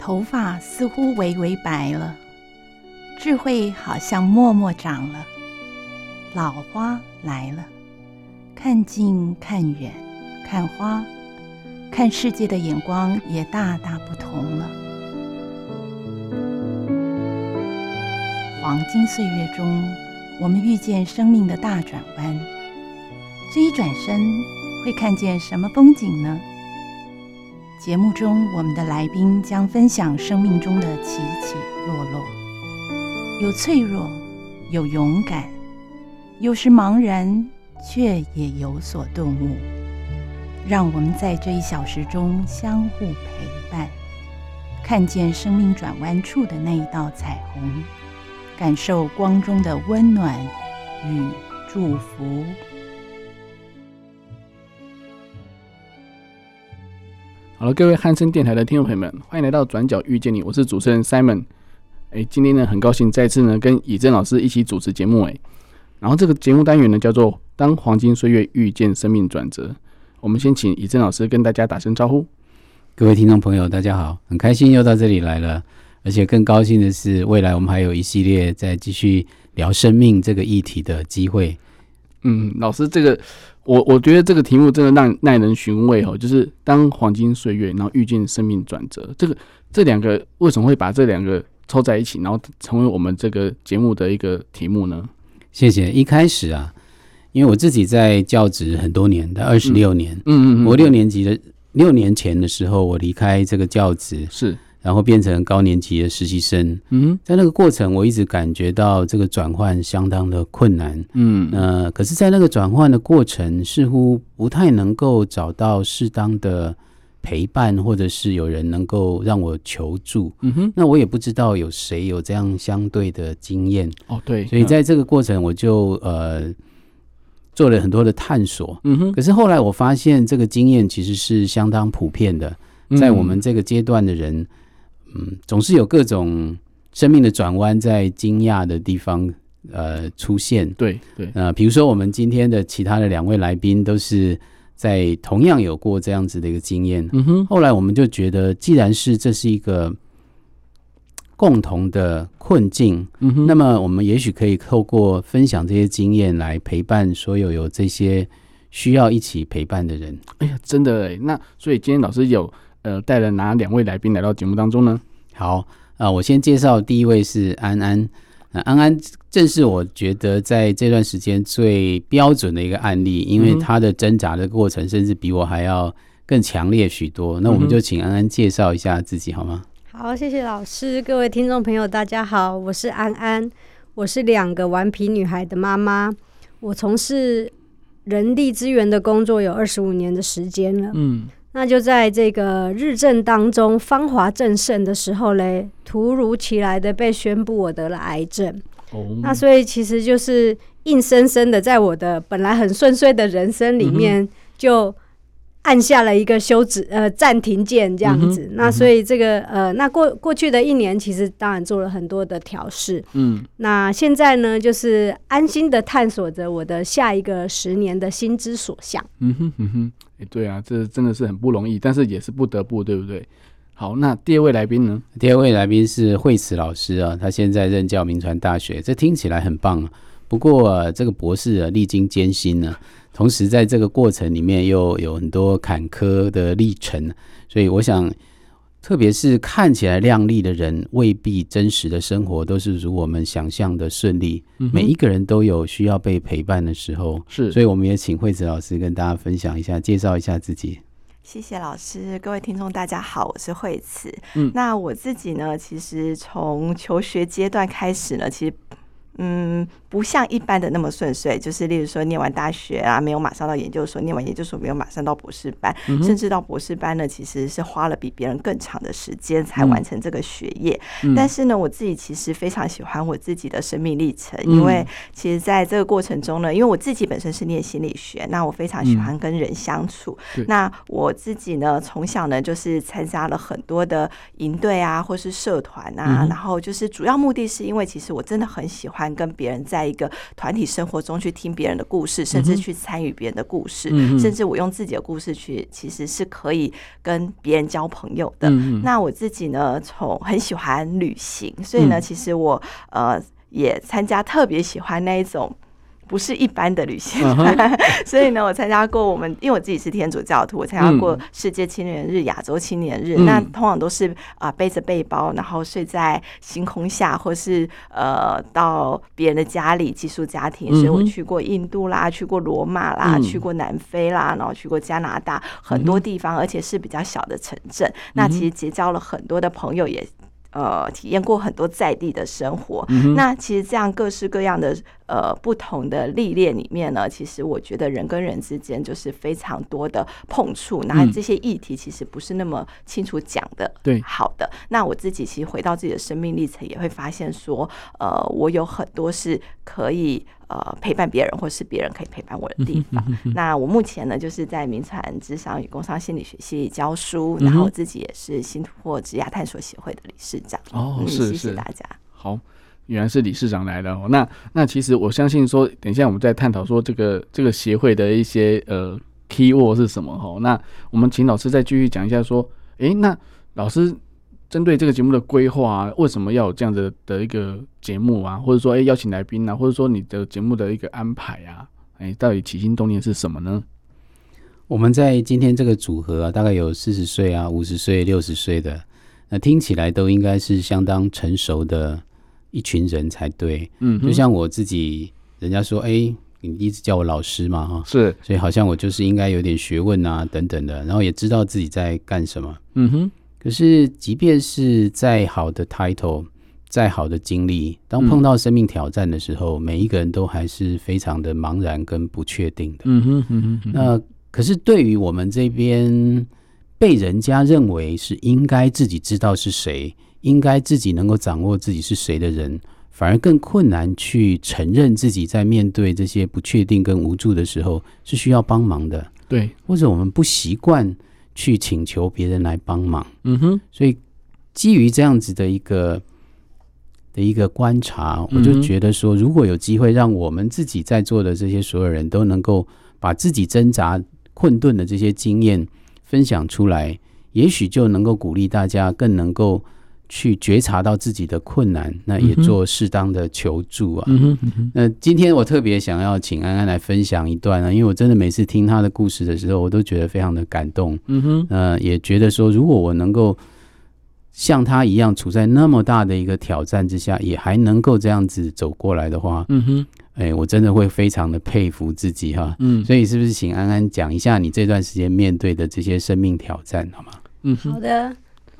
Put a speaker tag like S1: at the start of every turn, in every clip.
S1: 头发似乎微微白了，智慧好像默默长了。老花来了，看近看远，看花，看世界的眼光也大大不同了。黄金岁月中，我们遇见生命的大转弯，这一转身会看见什么风景呢？节目中，我们的来宾将分享生命中的起起落落，有脆弱，有勇敢，有时茫然，却也有所顿悟。让我们在这1小时中相互陪伴，看见生命转弯处的那一道彩虹，感受光中的温暖与祝福。
S2: 好了，各位汉声电台的听众朋友们，欢迎来到转角遇见你，我是主持人 Simon。今天呢，很高兴再次呢跟以正老师一起主持节目。然后这个节目单元呢叫做“当黄金岁月遇见生命转折”。我们先请以正老师跟大家打声招呼。
S3: 各位听众朋友，大家好，很开心又到这里来了，而且更高兴的是，未来我们还有一系列再继续聊生命这个议题的机会。
S2: 老师，这个我觉得这个题目真的耐人寻味哦，就是当黄金岁月，然后遇见生命转折，这两个为什么会把这两个凑在一起，然后成为我们这个节目的一个题目呢？
S3: 谢谢。一开始啊，因为我自己在教职很多年，在26年，我6年前的时候，我离开这个教职，
S2: 是。
S3: 然后变成高年级的实习生，在那个过程，我一直感觉到这个转换相当的困难，可是，在那个转换的过程，似乎不太能够找到适当的陪伴，或者是有人能够让我求助，那我也不知道有谁有这样相对的经验，
S2: 对，
S3: 所以在这个过程，我就做了很多的探索，可是后来我发现，这个经验其实是相当普遍的，在我们这个阶段的人。总是有各种生命的转弯在惊讶的地方出现。对，比如说我们今天的其他的2位来宾都是在同样有过这样子的一个经验。后来我们就觉得，既然是这是一个共同的困境，那么我们也许可以透过分享这些经验来陪伴所有这些需要一起陪伴的人。
S2: 哎呀，真的耶。那所以今天老师有带了哪2位来宾来到节目当中呢？
S3: 好，我先介绍第一位是安安。安安正是我觉得在这段时间最标准的一个案例，因为他的挣扎的过程甚至比我还要更强烈许多。那我们就请安安介绍一下自己好吗？
S4: 好，谢谢老师。各位听众朋友大家好，我是安安，我是2个顽皮女孩的妈妈，我从事人力资源的工作有25年的时间了。那就在这个日正当中芳华正盛的时候嘞，突如其来的被宣布我得了癌症。那所以其实就是硬生生的在我的本来很顺遂的人生里面就按下了一个暂停键这样子。那所以这个那过去的1年其实当然做了很多的调试。那现在呢就是安心的探索着我的下一个10年的心之所向。
S2: 对啊，这真的是很不容易，但是也是不得不，对不对？好，那第2位来宾呢？
S3: 第2位来宾是惠慈老师啊，他现在任教铭传大学，这听起来很棒。不过这个博士历经艰辛呢，同时在这个过程里面又有很多坎坷的历程，所以我想，特别是看起来亮丽的人，未必真实的生活都是如我们想象的顺利。每一个人都有需要被陪伴的时候，是，所以我们也请惠慈老师跟大家分享一下，介绍一下自己。
S5: 谢谢老师，各位听众大家好，我是惠慈。那我自己呢，其实从求学阶段开始呢，其实不像一般的那么顺遂，就是例如说念完大学啊，没有马上到研究所，念完研究所没有马上到博士班，甚至到博士班呢，其实是花了比别人更长的时间才完成这个学业。但是呢，我自己其实非常喜欢我自己的生命历程，因为其实在这个过程中呢，因为我自己本身是念心理学，那我非常喜欢跟人相处。那我自己呢，从小呢就是参加了很多的营队啊，或是社团啊，然后就是主要目的是因为其实我真的很喜欢欢跟别人在一个团体生活中去听别人的故事，甚至去参与别人的故事，甚至我用自己的故事去，其实是可以跟别人交朋友的。那我自己呢，很喜欢旅行，所以呢，其实我也参加特别喜欢那一种不是一般的旅行团，所以呢，我参加过因为我自己是天主教徒，我参加过世界青年日、亚洲青年日，那通常都是背着背包，然后睡在星空下，或是到别人的家里寄宿家庭。所以我去过印度啦，去过罗马啦，去过南非啦，然后去过加拿大，很多地方，而且是比较小的城镇。那其实结交了很多的朋友，也体验过很多在地的生活。那其实这样各式各样的不同的历练里面呢，其实我觉得人跟人之间就是非常多的碰触，那这些议题其实不是那么清楚讲的好的。那我自己其实回到自己的生命历程，也会发现说我有很多是可以陪伴别人，或是别人可以陪伴我的地方。那我目前呢，就是在铭传諮商与工商心理学系里教书，然后我自己也是新突破职涯探索协会的理事长。谢谢大家。
S2: 好，原来是理事长来了。那其实我相信说，等一下我们再探讨说这个协会的一些keyword 是什么。那我们请老师再继续讲一下说，那老师针对这个节目的规划为什么要有这样的一个节目啊？或者说邀请来宾啊，或者说你的节目的一个安排啊，到底起心动念是什么呢？
S3: 我们在今天这个组合大概有40岁啊、50岁、60岁的，那听起来都应该是相当成熟的一群人才对。就像我自己，人家说你一直叫我老师嘛，
S2: 是，
S3: 所以好像我就是应该有点学问啊等等的，然后也知道自己在干什么。可是即便是再好的 title， 再好的经历，当碰到生命挑战的时候，每一个人都还是非常的茫然跟不确定的。那可是对于我们这边被人家认为是应该自己知道是谁，应该自己能够掌握自己是谁的人，反而更困难去承认自己在面对这些不确定跟无助的时候是需要帮忙的。
S2: 对，
S3: 或者我们不习惯去请求别人来帮忙。所以基于这样子的一个观察，我就觉得说，如果有机会让我们自己在座的这些所有人都能够把自己挣扎困顿的这些经验分享出来，也许就能够鼓励大家更能够去觉察到自己的困难，那也做适当的求助啊。那今天我特别想要请安安来分享一段因为我真的每次听他的故事的时候，我都觉得非常的感动。也觉得说，如果我能够像他一样处在那么大的一个挑战之下，也还能够这样子走过来的话，我真的会非常的佩服自己哈。所以是不是请安安讲一下你这段时间面对的这些生命挑战好吗？
S4: 好的，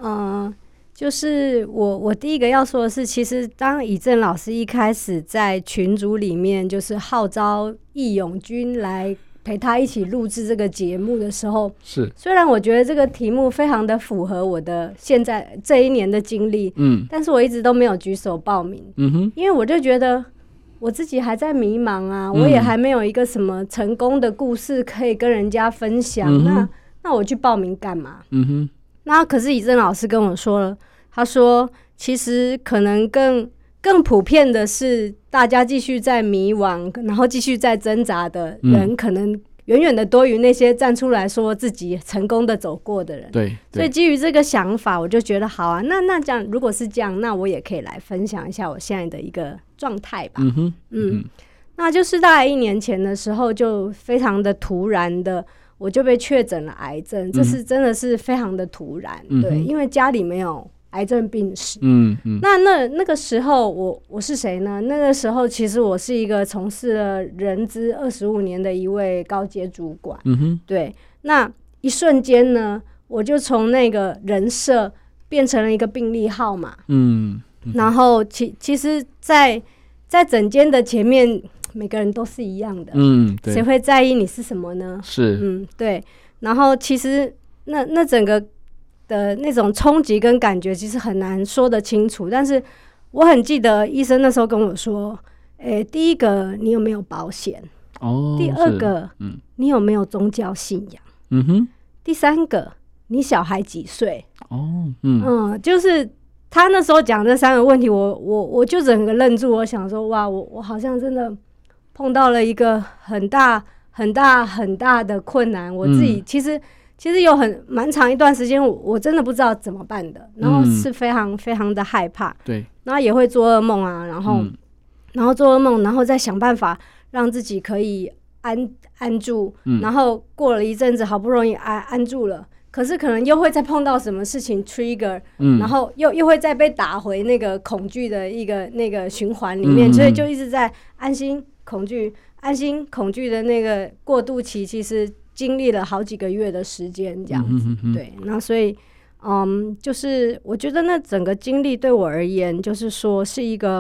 S4: 就是我第一个要说的是，其实当以正老师一开始在群组里面就是号召义勇军来陪他一起录制这个节目的时候，
S2: 是
S4: 虽然我觉得这个题目非常的符合我的现在这一年的经历，但是我一直都没有举手报名，因为我就觉得我自己还在迷茫啊，我也还没有一个什么成功的故事可以跟人家分享，那我去报名干嘛？那可是以正老师跟我说了，他说其实可能更普遍的是大家继续在迷惘，然后继续在挣扎的人，可能远远的多于那些站出来说自己成功的走过的人。
S2: 对，
S4: 所以基于这个想法，我就觉得好啊，那这样如果是这样，那我也可以来分享一下我现在的一个状态吧。那就是大概1年前的时候，就非常的突然的，我就被确诊了癌症，这是真的是非常的突然，对，因为家里没有癌症病史。那个时候我是谁呢？那个时候其实我是一个从事了人资25年的一位高阶主管。对，那一瞬间呢，我就从那个人设变成了一个病历号码。然后其实在诊间的前面，每个人都是一样的。谁会在意你是什么呢？
S2: 是，
S4: 对。然后其实那整个的那种冲击跟感觉其实很难说得清楚，但是我很记得医生那时候跟我说，第一个你有没有保险？第二个你有没有宗教信仰？第三个你小孩几岁？就是他那时候讲这3个问题，我就整个愣住，我想说哇，我好像真的碰到了一个很大的困难，我自己其实有蛮长一段时间我真的不知道怎么办的，然后是非常非常的害怕，
S2: 对，
S4: 然后也会做噩梦啊，然后做噩梦，然后再想办法让自己可以安住，然后过了一阵子好不容易安住了，可是可能又会再碰到什么事情 trigger，然后又会再被打回那个恐惧的一个那个循环里面，所以就一直在安心恐惧的那个过渡期，其实经历了好几个月的时间这样子，对，那所以就是我觉得那整个经历对我而言，就是说是一个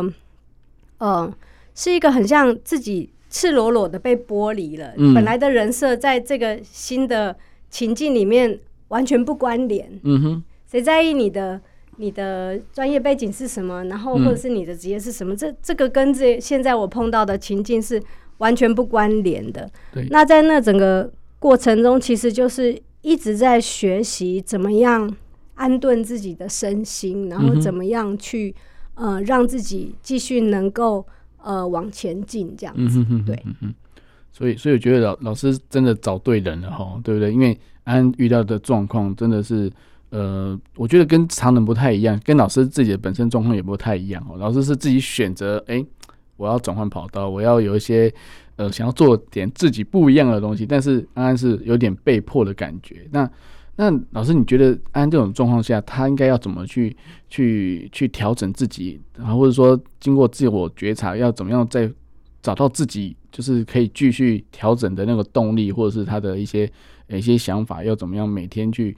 S4: 很像自己赤裸裸的被剥离了，本来的人设在这个新的情境里面完全不关联，谁在意你的专业背景是什么，然后或者是你的职业是什么，这个跟现在我碰到的情境是完全不关联的。对，那在那整个过程中，其实就是一直在学习怎么样安顿自己的身心，然后怎么样去让自己继续能够往前进这样子。对，
S2: 所以我觉得老师真的找对人了齁，对不对？因为安遇到的状况真的是我觉得跟常人不太一样，跟老师自己的本身状况也不太一样齁。老师是自己选择我要转换跑道，我要有一些想要做点自己不一样的东西，但是安安是有点被迫的感觉。那老师，你觉得安安这种状况下，他应该要怎么去调整自己，然后或者说经过自我觉察，要怎么样再找到自己就是可以继续调整的那个动力，或者是他的一些想法，要怎么样每天去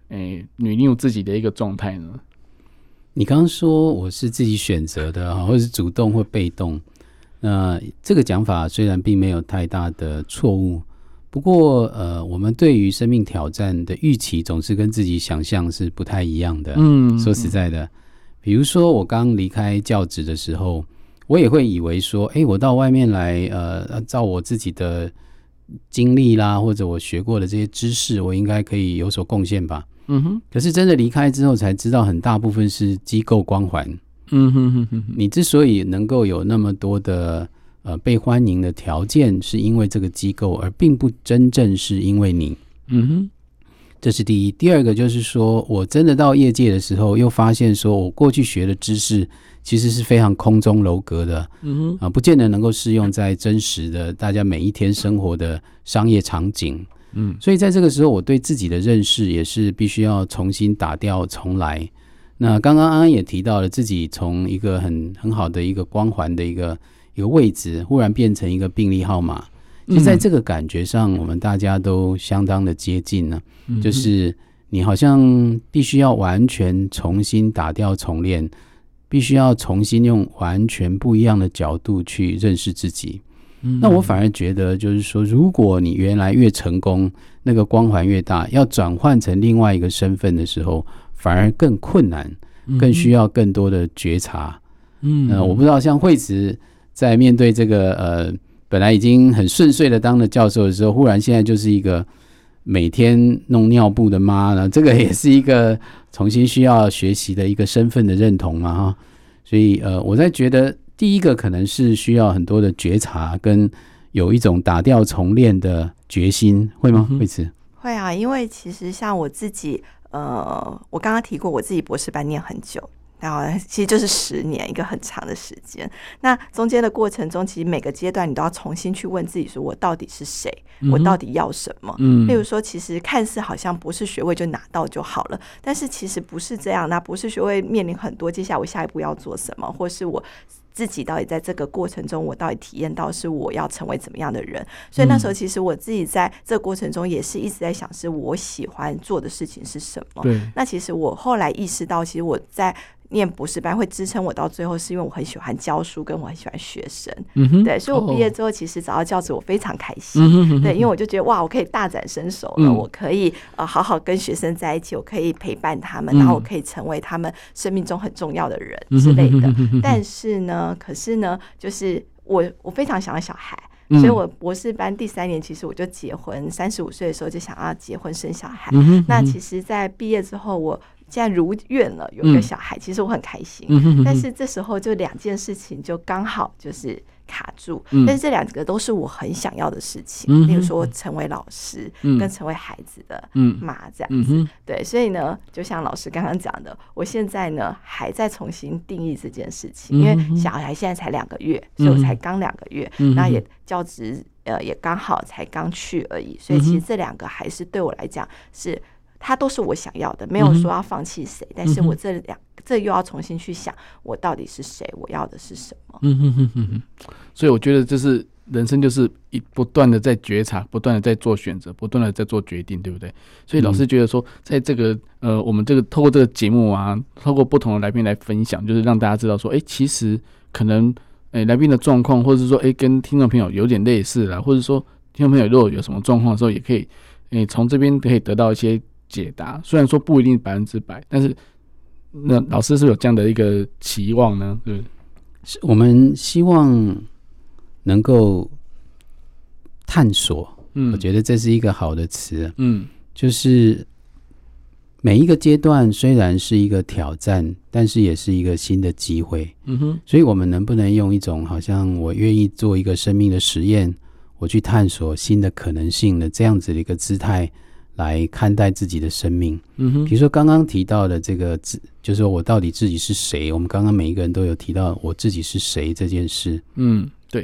S2: renew自己的一个状态呢？
S3: 你刚刚说我是自己选择的，或者是主动或被动，那这个讲法虽然并没有太大的错误，不过我们对于生命挑战的预期总是跟自己想象是不太一样的。说实在的，比如说我刚离开教职的时候，我也会以为说我到外面来照我自己的经历啦，或者我学过的这些知识，我应该可以有所贡献吧。可是真的离开之后才知道，很大部分是机构光环。你之所以能够有那么多的被欢迎的条件，是因为这个机构，而并不真正是因为你。这是第一。第二个就是说，我真的到业界的时候，又发现说我过去学的知识其实是非常空中楼阁的，不见得能够适用在真实的大家每一天生活的商业场景。所以在这个时候，我对自己的认识也是必须要重新打掉重来。那刚刚安安也提到了，自己从一个很好的一个光环的一个位置，忽然变成一个病历号码。其实在这个感觉上，我们大家都相当的接近呢。就是你好像必须要完全重新打掉重练，必须要重新用完全不一样的角度去认识自己。那我反而觉得就是说，如果你原来越成功，那个光环越大，要转换成另外一个身份的时候，反而更困难，更需要更多的觉察。我不知道像惠慈在面对这个本来已经很顺遂的当了教授的时候，忽然现在就是一个每天弄尿布的妈呢，这个也是一个重新需要学习的一个身份的认同嘛哈。所以我在觉得第一个可能是需要很多的觉察，跟有一种打掉重练的决心，会吗？惠慈？
S5: 会啊，因为其实像我自己我刚刚提过我自己博士班念很久，然后其实就是10年，一个很长的时间。那中间的过程中，其实每个阶段你都要重新去问自己说，我到底是谁？我到底要什么？例如说，其实看似好像博士学位就拿到就好了，但是其实不是这样。那博士学位面临很多，接下来我下一步要做什么，或是我自己到底在这个过程中，我到底体验到是我要成为怎么样的人。所以那时候其实我自己在这个过程中也是一直在想，是我喜欢做的事情是什么。那其实我后来意识到，其实我在念博士班会支撑我到最后，是因为我很喜欢教书，跟我很喜欢学生。对，所以我毕业之后其实找到教职我非常开心。对，因为我就觉得哇，我可以大展身手了，我可以好好跟学生在一起，我可以陪伴他们，然后我可以成为他们生命中很重要的人之类的。但是呢，可是呢，就是我非常想要小孩。所以我博士班第3年，其实我就结婚，35岁的时候就想要结婚生小孩。那其实在毕业之后，我既然如愿了，有一个小孩，其实我很开心。但是这时候就2件事情就刚好就是卡住，但是这2个都是我很想要的事情，例如说成为老师，跟成为孩子的妈这样子。对，所以呢，就像老师刚刚讲的，我现在呢还在重新定义这件事情，因为小孩现在才2个月，所以我才刚2个月，那也教职也刚好才刚去而已，所以其实这2个还是对我来讲是。它都是我想要的，没有说要放弃谁，但是我这又要重新去想，我到底是谁，我要的是什么。
S2: 所以我觉得这是人生，就是不断的在觉察，不断的在做选择，不断的在做决定，对不对？所以老师觉得说，在这个我们透过这个节目啊，透过不同的来宾来分享，就是让大家知道说，其实可能来宾的状况，或者是说跟听众朋友有点类似啦，或者说听众朋友如果有什么状况的时候，也可以从这边可以得到一些解答，虽然说不一定100%，但是那老师是有这样的一个期望呢？对不对？
S3: 我们希望能够探索，我觉得这是一个好的词。就是每一个阶段虽然是一个挑战，但是也是一个新的机会。所以我们能不能用一种好像我愿意做一个生命的实验，我去探索新的可能性的这样子的一个姿态来看待自己的生命。比如说刚刚提到的这个就是说我到底自己是谁，我们刚刚每一个人都有提到我自己是谁这件事。
S2: 对。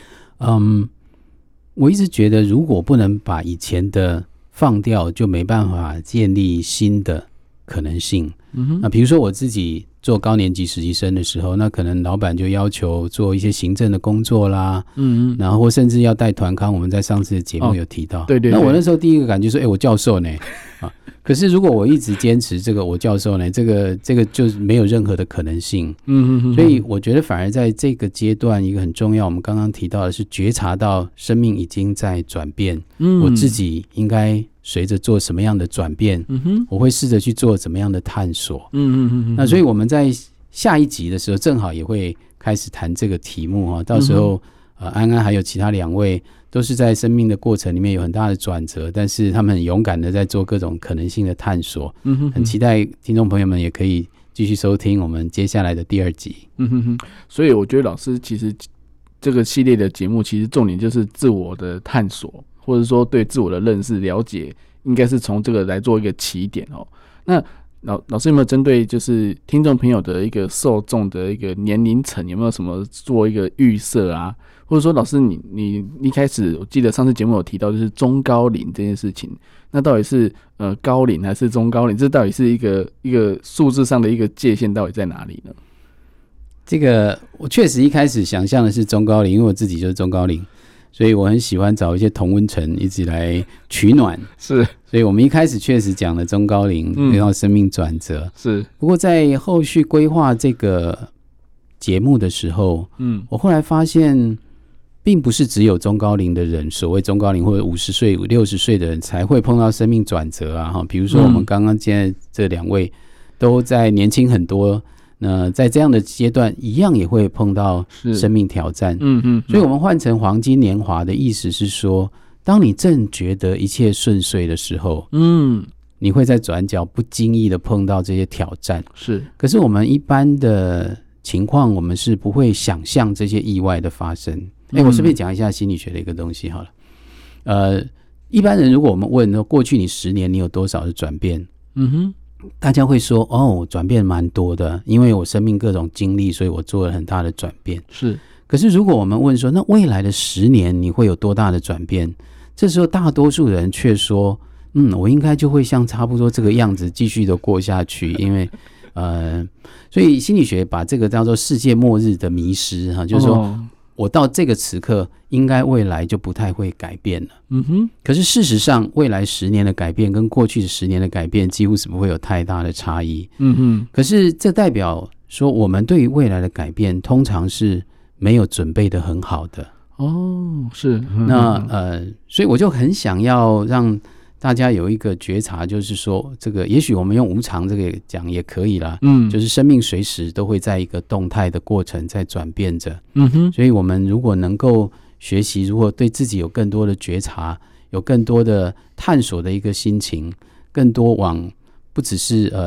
S3: 我一直觉得如果不能把以前的放掉，就没办法建立新的可能性。那比如说我自己做高年级实习生的时候，那可能老板就要求做一些行政的工作啦，然后甚至要带团康，我们在上次的节目有提到。对。那我那时候第一个感觉说，我教授呢，可是如果我一直坚持这个我教授呢，这个就没有任何的可能性。所以我觉得反而在这个阶段，一个很重要，我们刚刚提到的是觉察到生命已经在转变，我自己应该随着做什么样的转变，我会试着去做怎么样的探索。那所以我们在下一集的时候正好也会开始谈这个题目。到时候安安还有其他2位都是在生命的过程里面有很大的转折，但是他们很勇敢的在做各种可能性的探索。很期待听众朋友们也可以继续收听我们接下来的第2集。
S2: 所以我觉得老师其实这个系列的节目其实重点就是自我的探索，或者说对自我的认识了解，应该是从这个来做一个起点。那老师有没有针对就是听众朋友的一个受众的一个年龄层，有没有什么做一个预设啊？或者说老师你一开始我记得上次节目有提到就是中高龄这件事情，那到底是高龄还是中高龄？这到底是一个数字上的一个界限到底在哪里呢？
S3: 这个我确实一开始想象的是中高龄，因为我自己就是中高龄，所以我很喜欢找一些同温层一起来取暖。是，所以我们一开始确实讲了中高龄，然后生命转折。是，不过在后续规划这个节目的时候，我后来发现，并不是只有中高龄的人，所谓中高龄或者50岁、60岁的人才会碰到生命转折啊。比如说我们刚刚现在这2位都在年轻很多。那在这样的阶段一样也会碰到生命挑战。所以我们换成黄金年华的意思是说，当你正觉得一切顺遂的时候，你会在转角不经意的碰到这些挑战。是，可是我们一般的情况，我们是不会想象这些意外的发生。我顺便讲一下心理学的一个东西好了。一般人如果我们问过去你10年你有多少的转变，大家会说转变蛮多的，因为我生命各种经历，所以我做了很大的转变。是，可是如果我们问说那未来的10年你会有多大的转变，这时候大多数人却说我应该就会像差不多这个样子继续的过下去。因为所以心理学把这个叫做世界末日的迷失就是说我到这个时刻应该未来就不太会改变了。可是事实上未来10年的改变跟过去的10年的改变几乎是不会有太大的差异。可是这代表说我们对于未来的改变通常是没有准备的很好的。是。那所以我就很想要让大家有一个觉察，就是说这个也许我们用无常这个讲也可以啦。就是生命随时都会在一个动态的过程在转变着。所以我们如果能够学习，如果对自己有更多的觉察，有更多的探索的一个心情，更多往不只是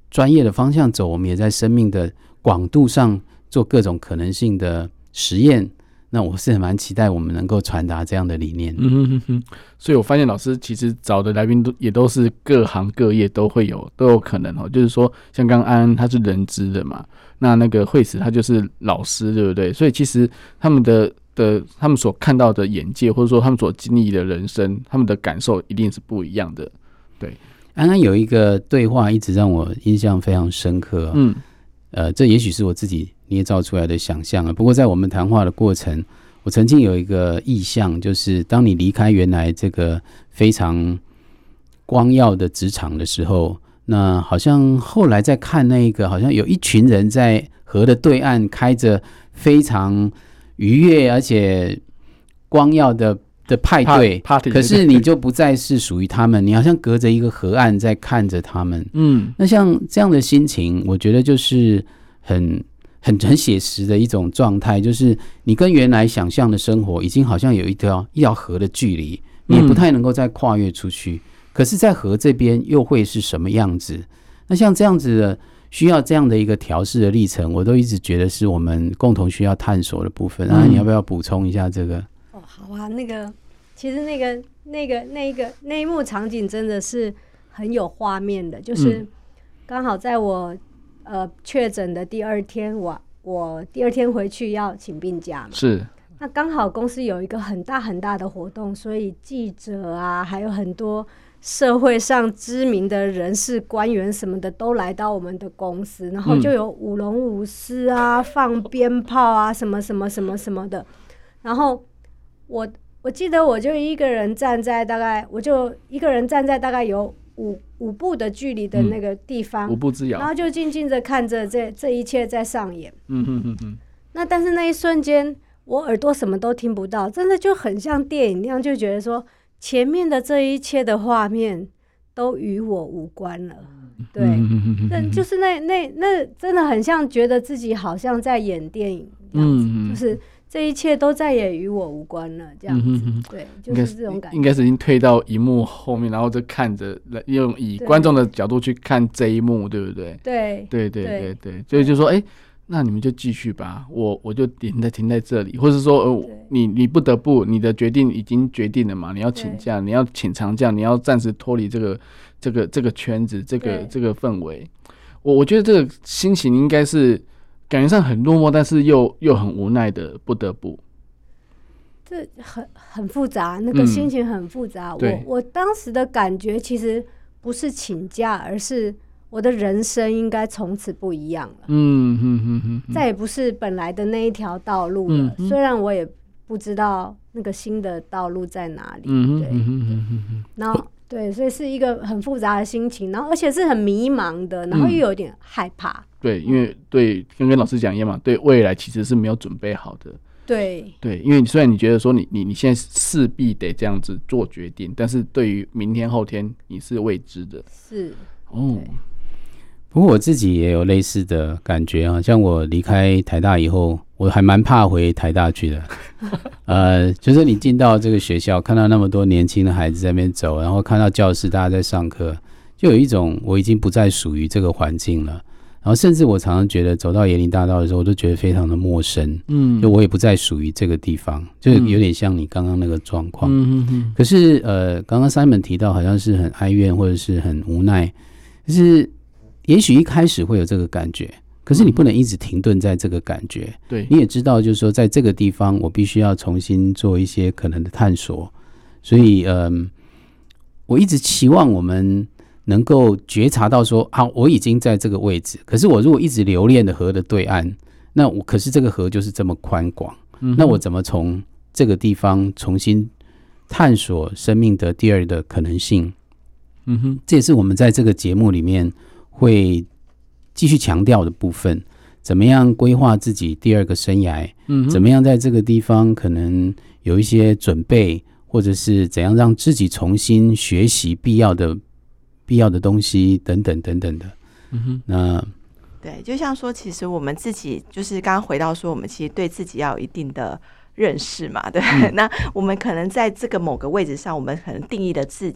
S3: 专业的方向走，我们也在生命的广度上做各种可能性的实验。那我是蛮期待我们能够传达这样的理念。
S2: 所以我发现老师其实找的来宾也都是各行各业都有可能就是说像刚安安他是人资的嘛，那个惠慈他就是老师，对不对？所以其实他们他们所看到的眼界，或者说他们所经历的人生，他们的感受一定是不一样的。对，
S3: 安安有一个对话一直让我印象非常深刻。这也许是我自己捏造出来的想象了。不过在我们谈话的过程，我曾经有一个意象，就是当你离开原来这个非常光耀的职场的时候，那好像后来在看那个，好像有一群人在河的对岸开着非常愉悦而且光耀的派对
S2: party，
S3: 可是你就不再是属于他们，你好像隔着一个河岸在看着他们。那像这样的心情，我觉得就是很写实的一种状态，就是你跟原来想象的生活已经好像有一条河的距离，你也不太能够再跨越出去。可是在河这边又会是什么样子？那像这样子的需要这样的一个调试的历程，我都一直觉得是我们共同需要探索的部分。你要不要补充一下这个？
S4: 好啊，其实那一幕场景真的是很有画面的，就是刚好在我确诊的第二天，我第二天回去要请病假嘛，
S2: 是。
S4: 那刚好公司有一个很大很大的活动，所以记者啊，还有很多社会上知名的人士、官员什么的都来到我们的公司，然后就有舞龙舞狮啊、放鞭炮啊，什么什么什么什么的。然后我记得我就一个人站在大概有五步的距离的那个地方，
S2: 五步之遥，
S4: 然后就静静的看着这一切在上演。那但是那一瞬间，我耳朵什么都听不到，真的就很像电影那样，就觉得说前面的这一切的画面都与我无关了。对，就是那真的很像觉得自己好像在演电影这样子，就是这一切都再也与我无关了，这样子。对，就是这种感觉。应
S2: 该是已经退到荧幕后面，然后就看着，以观众的角度去看这一幕，对不对？对，所以就说，那你们就继续吧，我就停在这里，或是说，你不得不，你的决定已经决定了嘛，你要请假，你要请长假，你要暂时脱离这个圈子，这个氛围。我觉得这个心情应该是感觉上很落寞，但是又很无奈的不得不。
S4: 这很复杂，那个心情很复杂。我当时的感觉其实不是请假，而是我的人生应该从此不一样了。再也不是本来的那一条道路了。虽然我也不知道那个新的道路在哪里。然后对，所以是一个很复杂的心情，然后而且是很迷茫的，然后又有点害怕。
S2: 对，因为跟老师讲一样嘛，对未来其实是没有准备好的。对，因为虽然你觉得说你现在势必得这样子做决定，但是对于明天后天你是未知的。是
S3: 哦。不过我自己也有类似的感觉啊，像我离开台大以后，我还蛮怕回台大去的。就是你进到这个学校，看到那么多年轻的孩子在那边走，然后看到教室大家在上课，就有一种我已经不再属于这个环境了。然后甚至我常常觉得走到椰林大道的时候，我都觉得非常的陌生。就我也不再属于这个地方，就有点像你刚刚那个状况。可是刚刚 Simon 提到好像是很哀怨或者是很无奈，就是也许一开始会有这个感觉，可是你不能一直停顿在这个感觉。对，你也知道就是说在这个地方我必须要重新做一些可能的探索。所以我一直期望我们能够觉察到说，好，我已经在这个位置，可是我如果一直留恋的河的对岸，那可是这个河就是这么宽广。那我怎么从这个地方重新探索生命的第二的可能性？这也是我们在这个节目里面会继续强调的部分。怎么样规划自己第二个生涯？怎么样在这个地方可能有一些准备，或者是怎样让自己重新学习必要的东西等等等等的。那
S5: 对，就像说，其实我们自己就是刚刚回到说，我们其实对自己要有一定的认识嘛，对。那我们可能在这个某个位置上，我们可能定义了自己。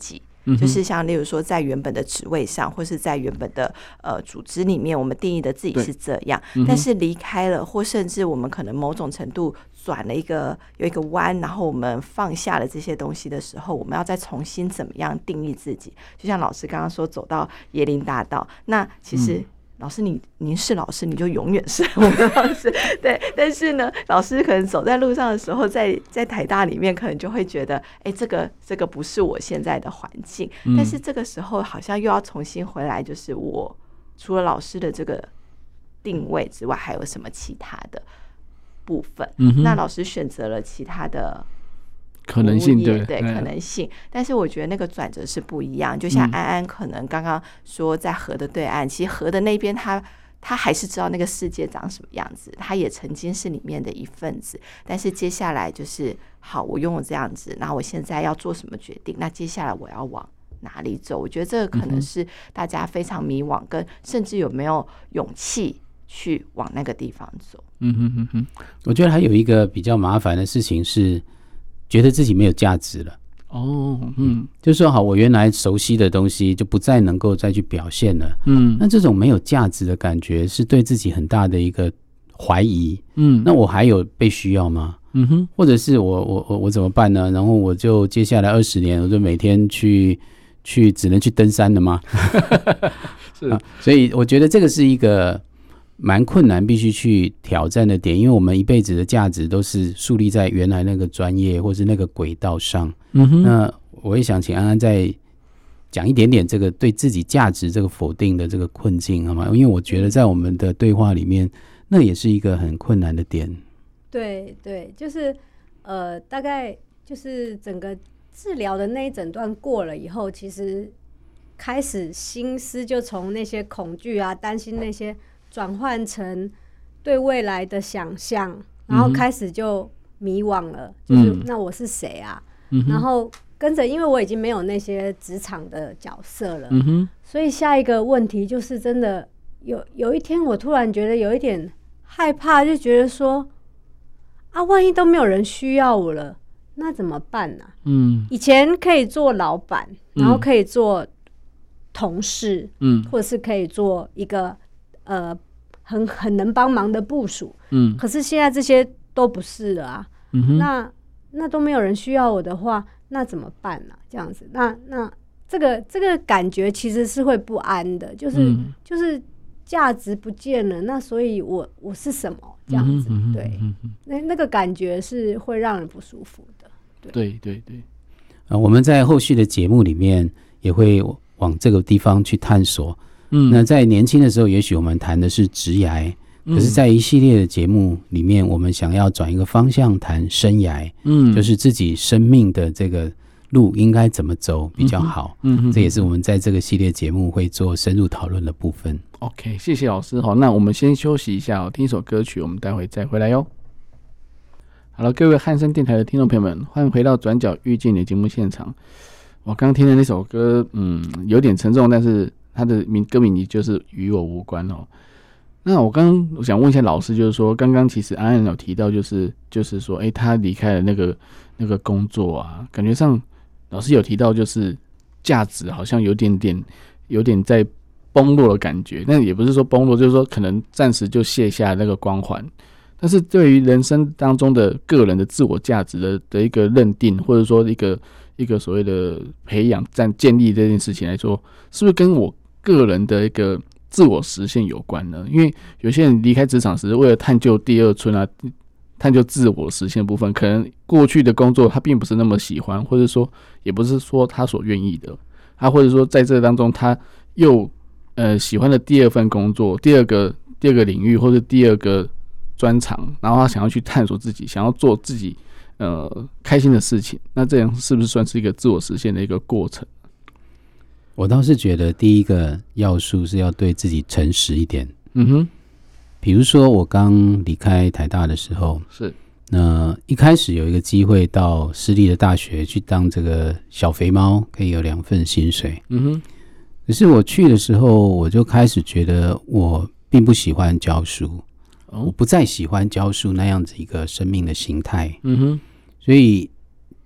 S5: 就是像例如说在原本的职位上，或是在原本的组织里面，我们定义的自己是这样，但是离开了，或甚至我们可能某种程度转了有一个弯，然后我们放下了这些东西的时候，我们要再重新怎么样定义自己？就像老师刚刚说，走到椰林大道，那其实。老师您是老师，你就永远是我们的老师，对。但是呢，老师可能走在路上的时候，在台大里面，可能就会觉得，这个不是我现在的环境。但是这个时候好像又要重新回来，就是我除了老师的这个定位之外，还有什么其他的部分？那老师选择了其他的。
S2: 可能性对
S5: 可能性，但是我觉得那个转折是不一样。就像安安可能刚刚说，在河的对岸，其实河的那边他还是知道那个世界长什么样子，他也曾经是里面的一份子。但是接下来就是好，我拥有这样子，然后我现在要做什么决定？那接下来我要往哪里走？我觉得这个可能是大家非常迷惘，跟甚至有没有勇气去往那个地方走。
S3: 我觉得还有一个比较麻烦的事情是。觉得自己没有价值了就是说好，我原来熟悉的东西就不再能够再去表现了，那这种没有价值的感觉是对自己很大的一个怀疑，那我还有被需要吗？或者是我怎么办呢？然后我就接下来20年，我就每天去只能去登山了吗？是所以我觉得这个是一个。蛮困难，必须去挑战的点，因为我们一辈子的价值都是树立在原来那个专业或是那个轨道上。那我也想请安安再讲一点点这个对自己价值这个否定的这个困境，好吗？因为我觉得在我们的对话里面，那也是一个很困难的点。
S4: 对对，就是大概就是整个治疗的那一整段过了以后，其实开始心思就从那些恐惧啊、担心那些。转换成对未来的想象，然后开始就迷惘了，就是那我是谁啊？然后跟着，因为我已经没有那些职场的角色了，所以下一个问题就是真的有一天我突然觉得有一点害怕，就觉得说啊，万一都没有人需要我了，那怎么办呢？以前可以做老板，然后可以做同事，或者是可以做一个。很能帮忙的部属，可是现在这些都不是了啊，那都没有人需要我的话，那怎么办呢？这样子，那这个感觉其实是会不安的，就是价值不见了，那所以我是什么？这样子，对，那个感觉是会让人不舒服的。
S2: 对，
S3: 我们在后续的节目里面也会往这个地方去探索。那在年轻的时候，也许我们谈的是职涯，可是在一系列的节目里面，我们想要转一个方向谈生涯，就是自己生命的这个路应该怎么走比较好，这也是我们在这个系列节目会做深入讨论的部分。
S2: OK， 谢谢老师。好，那我们先休息一下，听一首歌曲，我们待会再回来哟。好了，各位汉声电台的听众朋友们，欢迎回到转角遇见你的节目现场。我刚刚听的那首歌，有点沉重，但是它的歌名就是与我无关哦。那我想问一下老师，就是说，刚刚其实安安有提到，就是说，他离开了那个工作啊，感觉上老师有提到，就是价值好像有点在崩落的感觉。但也不是说崩落，就是说可能暂时就卸下那个光环。但是对于人生当中的个人的自我价值的一个认定，或者说一个所谓的培养、建立这件事情来说，是不是跟我个人的一个自我实现有关呢？因为有些人离开职场时，为了探究第二春啊，探究自我实现的部分，可能过去的工作他并不是那么喜欢，或者说也不是说他所愿意的，或者说在这当中他又喜欢的第二份工作、第二个领域或者第二个专长，然后他想要去探索自己，想要做自己开心的事情，那这样是不是算是一个自我实现的一个过程？
S3: 我倒是觉得第一个要素是要对自己诚实一点。比如说我刚离开台大的时候，
S2: 是
S3: 那一开始有一个机会到私立的大学去当这个小肥猫，可以有2份薪水。可是我去的时候，我就开始觉得我并不喜欢教书，我不再喜欢教书那样子一个生命的形态。所以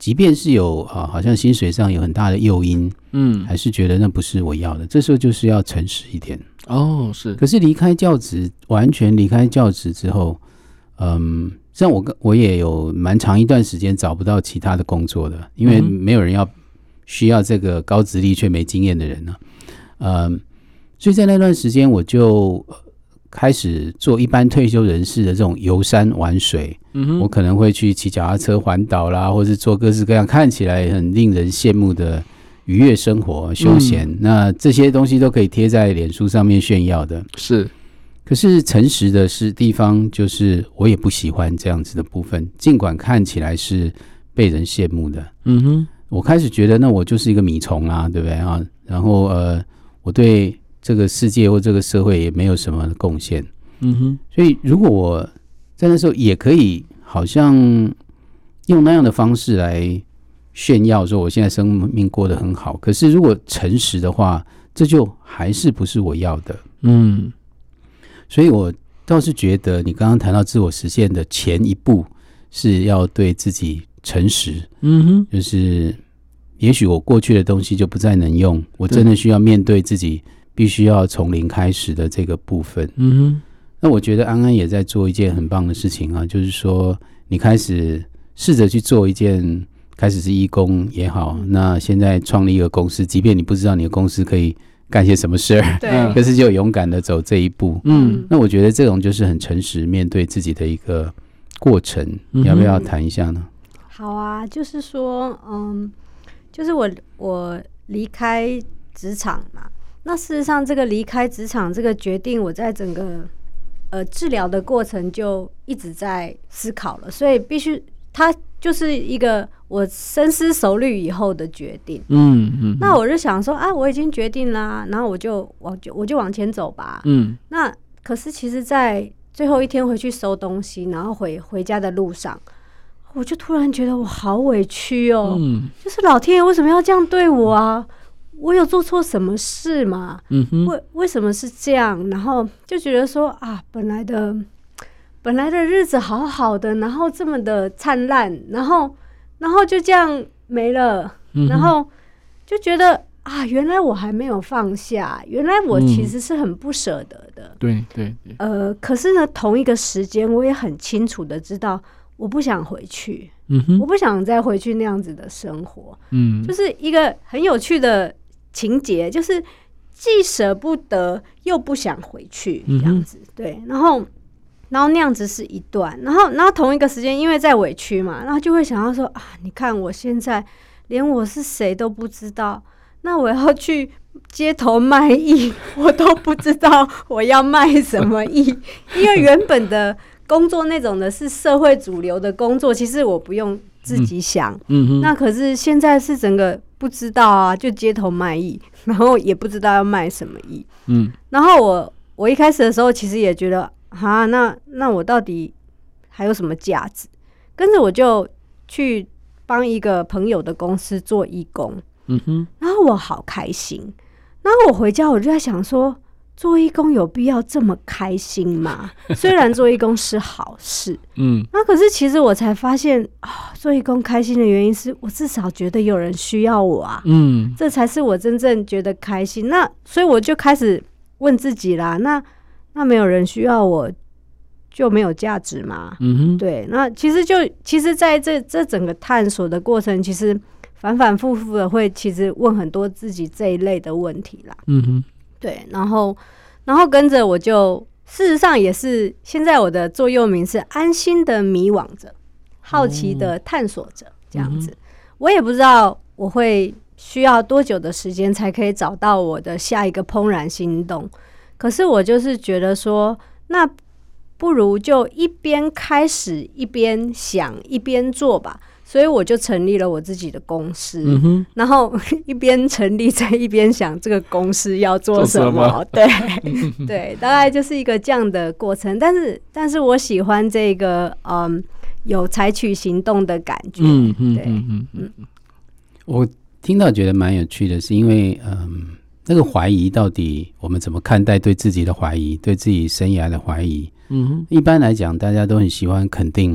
S3: 即便是有好像薪水上有很大的诱因，还是觉得那不是我要的。这时候就是要诚实一点。
S2: 是。
S3: 可是离开教职，完全离开教职之后，像我也有蛮长一段时间找不到其他的工作的，因为没有人需要这个高职历却没经验的人呢。所以在那段时间我就开始做一般退休人士的这种游山玩水。我可能会去骑脚踏车环岛啦，或是做各式各样看起来很令人羡慕的愉悦生活休闲。那这些东西都可以贴在脸书上面炫耀的。
S2: 是。
S3: 可是诚实的地方就是我也不喜欢这样子的部分，尽管看起来是被人羡慕的。我开始觉得那我就是一个米虫啊，对不对啊？然后我对这个世界或这个社会也没有什么贡献。所以如果我在那时候也可以好像用那样的方式来炫耀说我现在生命过得很好，可是如果诚实的话，这就还是不是我要的。所以我倒是觉得你刚刚谈到自我实现的前一步是要对自己诚实。就是也许我过去的东西就不再能用，我真的需要面对自己必须要从零开始的这个部分。那我觉得安安也在做一件很棒的事情啊，就是说你开始试着去做一件，开始是义工也好，那现在创立一个公司，即便你不知道你的公司可以干些什么事儿，
S4: 对，
S3: 可是就勇敢的走这一步。那我觉得这种就是很诚实面对自己的一个过程。要不要谈一下呢？
S4: 好啊，就是说就是我离开职场嘛，那事实上这个离开职场这个决定，我在整个治疗的过程就一直在思考了，所以必须它就是一个我深思熟虑以后的决定。那我就想说啊，我已经决定啦，然后我就往前走吧。那可是其实在最后一天回去收东西，然后回家的路上，我就突然觉得我好委屈哦。就是老天爷为什么要这样对我啊？我有做错什么事吗？为什么是这样？然后就觉得说啊，本来的日子好好的，然后这么的灿烂，然后就这样没了。然后就觉得啊，原来我还没有放下，原来我其实是很不舍得的。
S2: 对。
S4: 可是呢，同一个时间我也很清楚的知道，我不想回去。我不想再回去那样子的生活。就是一个很有趣的情节，就是既舍不得又不想回去这样子。对，然后那样子是一段，然后同一个时间因为在委屈嘛，然后就会想要说啊，你看我现在连我是谁都不知道，那我要去街头卖艺，我都不知道我要卖什么艺。因为原本的工作那种的是社会主流的工作，其实我不用自己想。那可是现在是整个不知道啊，就街头卖艺，然后也不知道要卖什么艺。然后我一开始的时候其实也觉得啊，那我到底还有什么价值？跟着我就去帮一个朋友的公司做义工。然后我好开心。然后我回家我就在想说，做义工有必要这么开心吗？虽然做义工是好事。那可是其实我才发现啊，做义工开心的原因是我至少觉得有人需要我啊。这才是我真正觉得开心。那所以我就开始问自己啦，那没有人需要我就没有价值吗？对。那其实在这整个探索的过程，其实反反复复的会其实问很多自己这一类的问题啦。对。然后跟着我就事实上也是现在我的座右铭是安心的迷惘者，好奇的探索者这样子。我也不知道我会需要多久的时间才可以找到我的下一个怦然心动，可是我就是觉得说，那不如就一边开始一边想一边做吧。所以我就成立了我自己的公司。然后一边成立在一边想这个公司要做什么。对对，大概就是一个这样的过程。但是我喜欢这个有采取行动的感觉。对。
S3: 我听到觉得蛮有趣的，是因为那个怀疑到底我们怎么看待对自己的怀疑，对自己生涯的怀疑？一般来讲大家都很喜欢肯定嘛。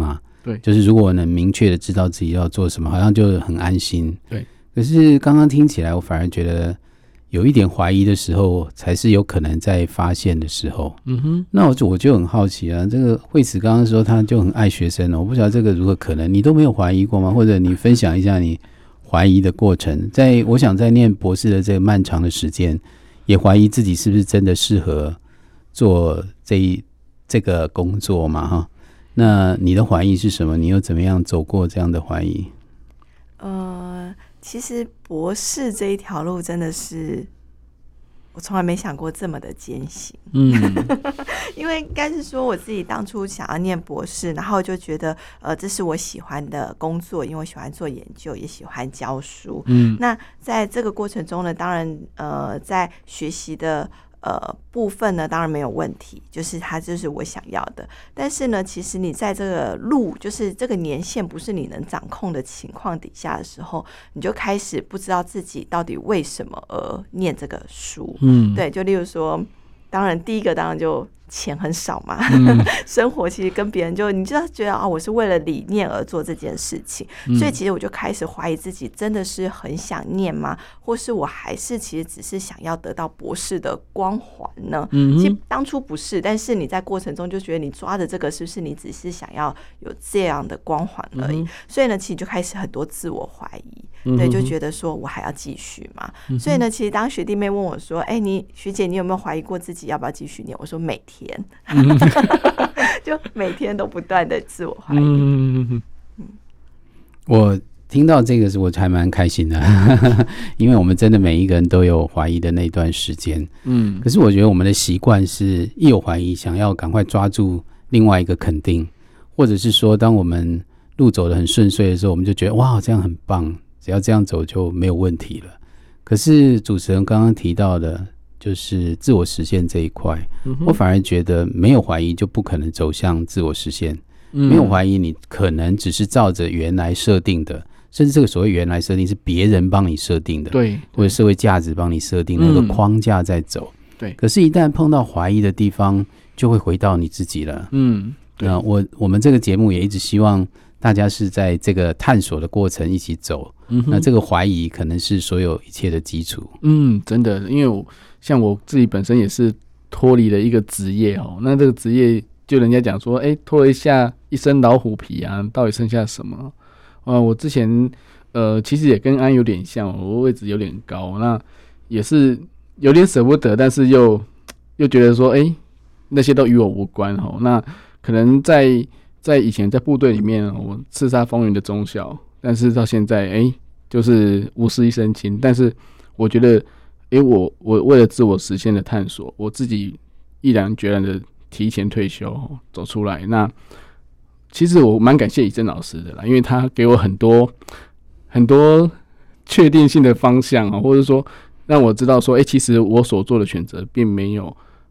S2: 对，
S3: 就是如果我能明确的知道自己要做什么，好像就很安心。
S2: 对，
S3: 可是刚刚听起来，我反而觉得有一点怀疑的时候，才是有可能在发现的时候。那我就很好奇啊，这个惠慈刚刚说他就很爱学生我不晓得这个如何可能，你都没有怀疑过吗？或者你分享一下你怀疑的过程？我想在念博士的这个漫长的时间，也怀疑自己是不是真的适合做这个工作嘛？哈，那你的怀疑是什么？你又怎么样走过这样的怀疑？
S5: 其实博士这一条路真的是我从来没想过这么的艰辛。因为应该是说我自己当初想要念博士，然后就觉得这是我喜欢的工作，因为我喜欢做研究，也喜欢教书。那在这个过程中呢，当然在学习的部分呢，当然没有问题，就是它就是我想要的。但是呢，其实你在这个路，就是这个年限不是你能掌控的情况底下的时候，你就开始不知道自己到底为什么而念这个书。对，就例如说，当然第一个当然就钱很少嘛，生活其实跟别人你就觉得我是为了理念而做这件事情，所以其实我就开始怀疑自己真的是很想念吗？或是我还是其实只是想要得到博士的光环呢？其实当初不是，但是你在过程中就觉得你抓的这个是不是你只是想要有这样的光环而已？所以呢，其实就开始很多自我怀疑，对，就觉得说我还要继续嘛。所以呢，其实当学弟妹问我说：“学姐，你有没有怀疑过自己要不要继续念？”我说每天。就每天都不断的自我怀疑。
S3: 我听到这个时我还蛮开心的，因为我们真的每一个人都有怀疑的那段时间。可是我觉得我们的习惯是一有怀疑想要赶快抓住另外一个肯定，或者是说当我们路走得很顺遂的时候，我们就觉得哇这样很棒，只要这样走就没有问题了。可是主持人刚刚提到的就是自我实现这一块，我反而觉得没有怀疑就不可能走向自我实现。没有怀疑你可能只是照着原来设定的，甚至这个所谓原来设定是别人帮你设定的，
S2: 对，
S3: 或者社会价值帮你设定的那个框架在走。
S2: 对，
S3: 可是一旦碰到怀疑的地方，就会回到你自己了。对，我们这个节目也一直希望大家是在这个探索的过程一起走。那这个怀疑可能是所有一切的基础。
S2: 真的，因为像我自己本身也是脱离了一个职业那这个职业就人家讲说脱了一身老虎皮啊，到底剩下什么？我之前其实也跟安有点像，我位置有点高，那也是有点舍不得，但是又觉得说那些都与我无关那可能在以前在部队里面我叱咤风云的中校，但是到现在就是无事一身轻。但是我觉得我为了自我实现的探索，我自己毅然决然的提前退休走出来。那其实我蛮感谢以正老师的啦，因为他给我很多确定性的方向或者说让我知道说其实我所做的选择并没有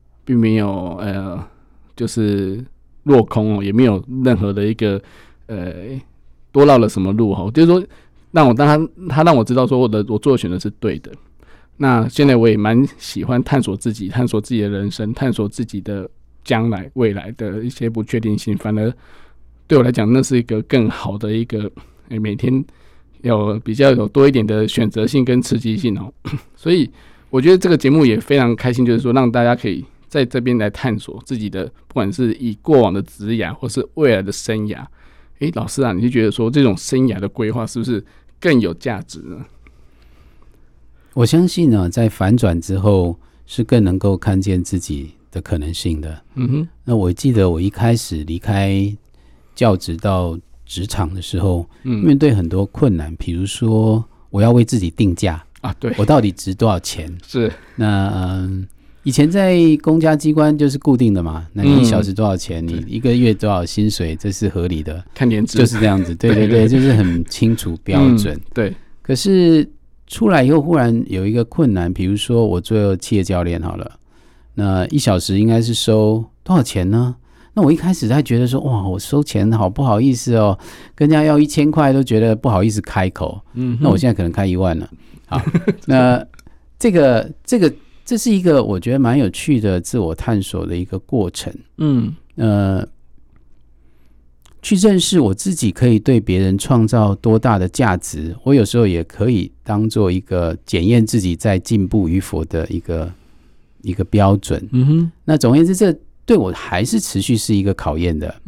S2: 就是落空也没有任何的一个多绕了什么路就是说他让我知道说我做的选择是对的。那现在我也蛮喜欢探索自己的人生，探索自己的将来未来的一些不确定性，反而对我来讲那是一个更好的一个每天比较有多一点的选择性跟刺激性所以我觉得这个节目也非常开心，就是说让大家可以在这边来探索自己的，不管是以过往的职涯或是未来的生涯。老师啊，你就觉得说这种生涯的规划是不是更有价值呢？
S3: 我相信呢，在反转之后是更能够看见自己的可能性的。那我记得我一开始离开教职到职场的时候，面对很多困难，比如说我要为自己定价对，我到底值多少钱？是那以前在公家机关就是固定的嘛，那你1小时多少钱，你1个月多少薪水，这是合理的，
S2: 看年资
S3: 就是这样子。对对对，就是很清楚标准。
S2: 对。
S3: 可是出来以后，忽然有一个困难，比如说我做企业教练好了，那1小时应该是收多少钱呢？那我一开始还觉得说，哇，我收钱好不好意思哦，跟人家要1000块都觉得不好意思开口。那我现在可能开1万了。好，那这是一个我觉得蛮有趣的自我探索的一个过程。 去认识我自己可以对别人创造多大的价值，我有时候也可以当做一个检验自己在进步与否的一个标准。那总而言之，这对我还是持续是一个考验的。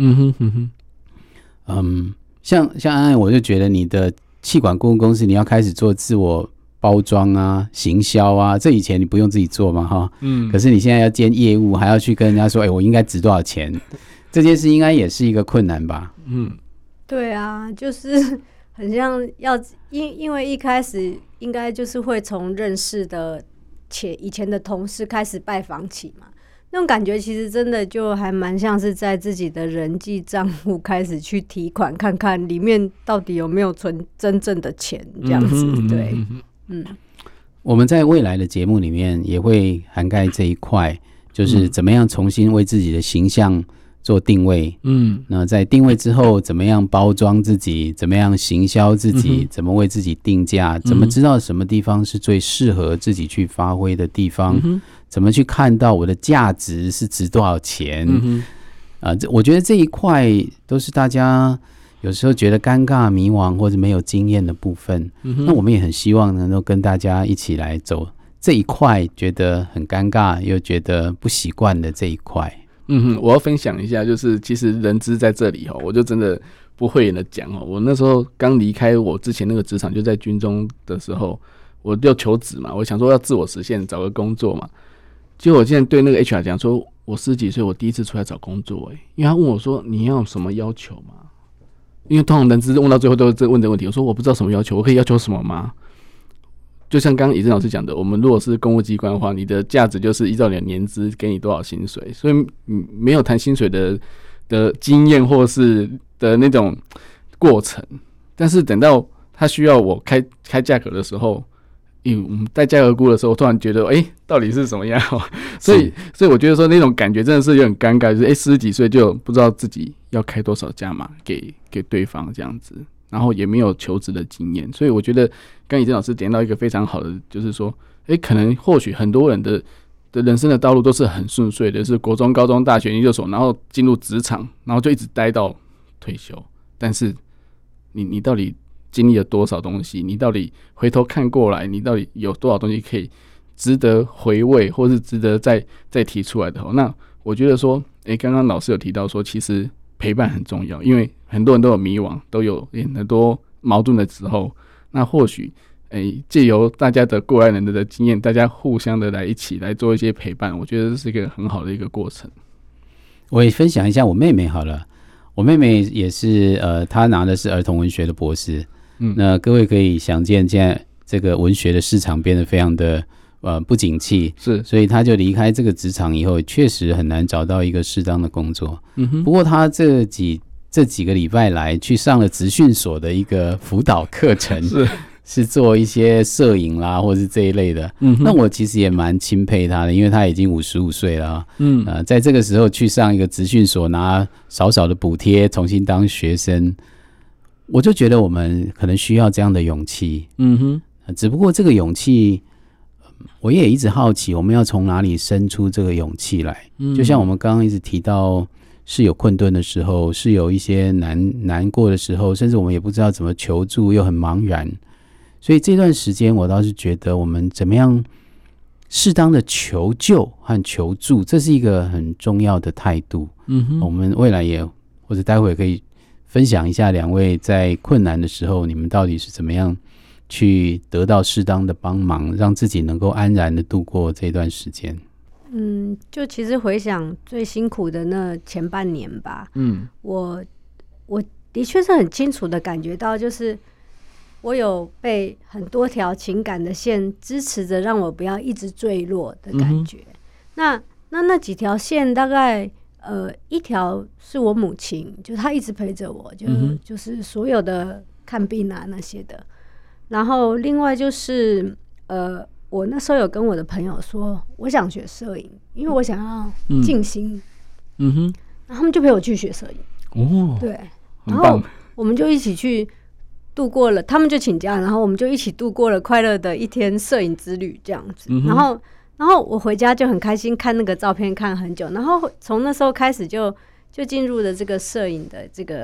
S3: 像安安，我就觉得你的企管顾问公司，你要开始做自我包装啊、行销啊，这以前你不用自己做嘛，哈。可是你现在要兼业务，还要去跟人家说，我应该值多少钱？这件事应该也是一个困难吧？
S4: 对啊，就是很像因为一开始应该就是会从认识的以前的同事开始拜访起嘛，那种感觉其实真的就还蛮像是在自己的人际账户开始去提款，看看里面到底有没有存真正的钱这样子。对，
S3: 我们在未来的节目里面也会涵盖这一块，就是怎么样重新为自己的形象做定位。那在定位之后，怎么样包装自己，怎么样行销自己，怎么为自己定价，怎么知道什么地方是最适合自己去发挥的地方，怎么去看到我的价值是值多少钱。我觉得这一块都是大家有时候觉得尴尬、迷惘或者没有经验的部分。那我们也很希望能够跟大家一起来走这一块，觉得很尴尬又觉得不习惯的这一块。
S2: 我要分享一下，就是其实人资在这里我就真的不讳言的讲我那时候刚离开我之前那个职场，就在军中的时候，我就求职嘛，我想说要自我实现，找个工作嘛。结果我现在对那个 HR 讲说，我10几岁，我第一次出来找工作，因为他问我说你要什么要求嘛？因为通常人资问到最后都是问这个问题，我说我不知道什么要求，我可以要求什么吗？就像刚刚以正老师讲的，我们如果是公务机关的话，你的价值就是依照你的年资给你多少薪水，所以没有谈薪水的经验或是的那种过程。但是等到他需要我开价格的时候，我们在价格估的时候，突然觉得到底是什么样？所以我觉得说那种感觉真的是有点尴尬，就是40几岁就不知道自己要开多少价码给对方这样子。然后也没有求职的经验，所以我觉得刚以正老师点到一个非常好的，就是说，可能或许很多人的人生的道路都是很顺遂的，是国中、高中、大学、研究所，然后进入职场，然后就一直待到退休。但是你到底经历了多少东西？你到底回头看过来，你到底有多少东西可以值得回味，或是值得再提出来的？那我觉得说，刚刚老师有提到说，其实陪伴很重要，因为很多人都有迷惘，都有很多矛盾的时候。那或许借由大家的过来人的经验，大家互相的来一起来做一些陪伴，我觉得这是一个很好的一个过程。
S3: 我也分享一下我妹妹好了，我妹妹也是她拿的是儿童文学的博士。那各位可以想见，现在这个文学的市场变得非常的不景气，
S2: 是，
S3: 所以他就离开这个职场以后，确实很难找到一个适当的工作。不过他这几个礼拜来去上了职训所的一个辅导课程，是做一些摄影啦，或是这一类的。那我其实也蛮钦佩他的，因为他已经55岁了。在这个时候去上一个职训所，拿少少的补贴，重新当学生，我就觉得我们可能需要这样的勇气。只不过这个勇气，我也一直好奇，我们要从哪里生出这个勇气来？就像我们刚刚一直提到，是有困顿的时候，是有一些难过的时候，甚至我们也不知道怎么求助，又很茫然。所以这段时间，我倒是觉得我们怎么样适当的求救和求助，这是一个很重要的态度。我们未来也或者待会可以分享一下，两位在困难的时候，你们到底是怎么样去得到适当的帮忙，让自己能够安然的度过这段时间。
S4: 就其实回想最辛苦的那前半年吧，我的确是很清楚的感觉到，就是我有被很多条情感的线支持着，让我不要一直坠落的感觉。那几条线大概一条是我母亲，就是她一直陪着我，就是所有的看病啊那些的。然后另外就是我那时候有跟我的朋友说，我想学摄影，因为我想要静心。然后他们就陪我去学摄影。对，然后我们就一起去度过了，他们就请假，然后我们就一起度过了快乐的一天摄影之旅这样子。然后我回家就很开心，看那个照片看很久，然后从那时候开始就进入了这个摄影的这个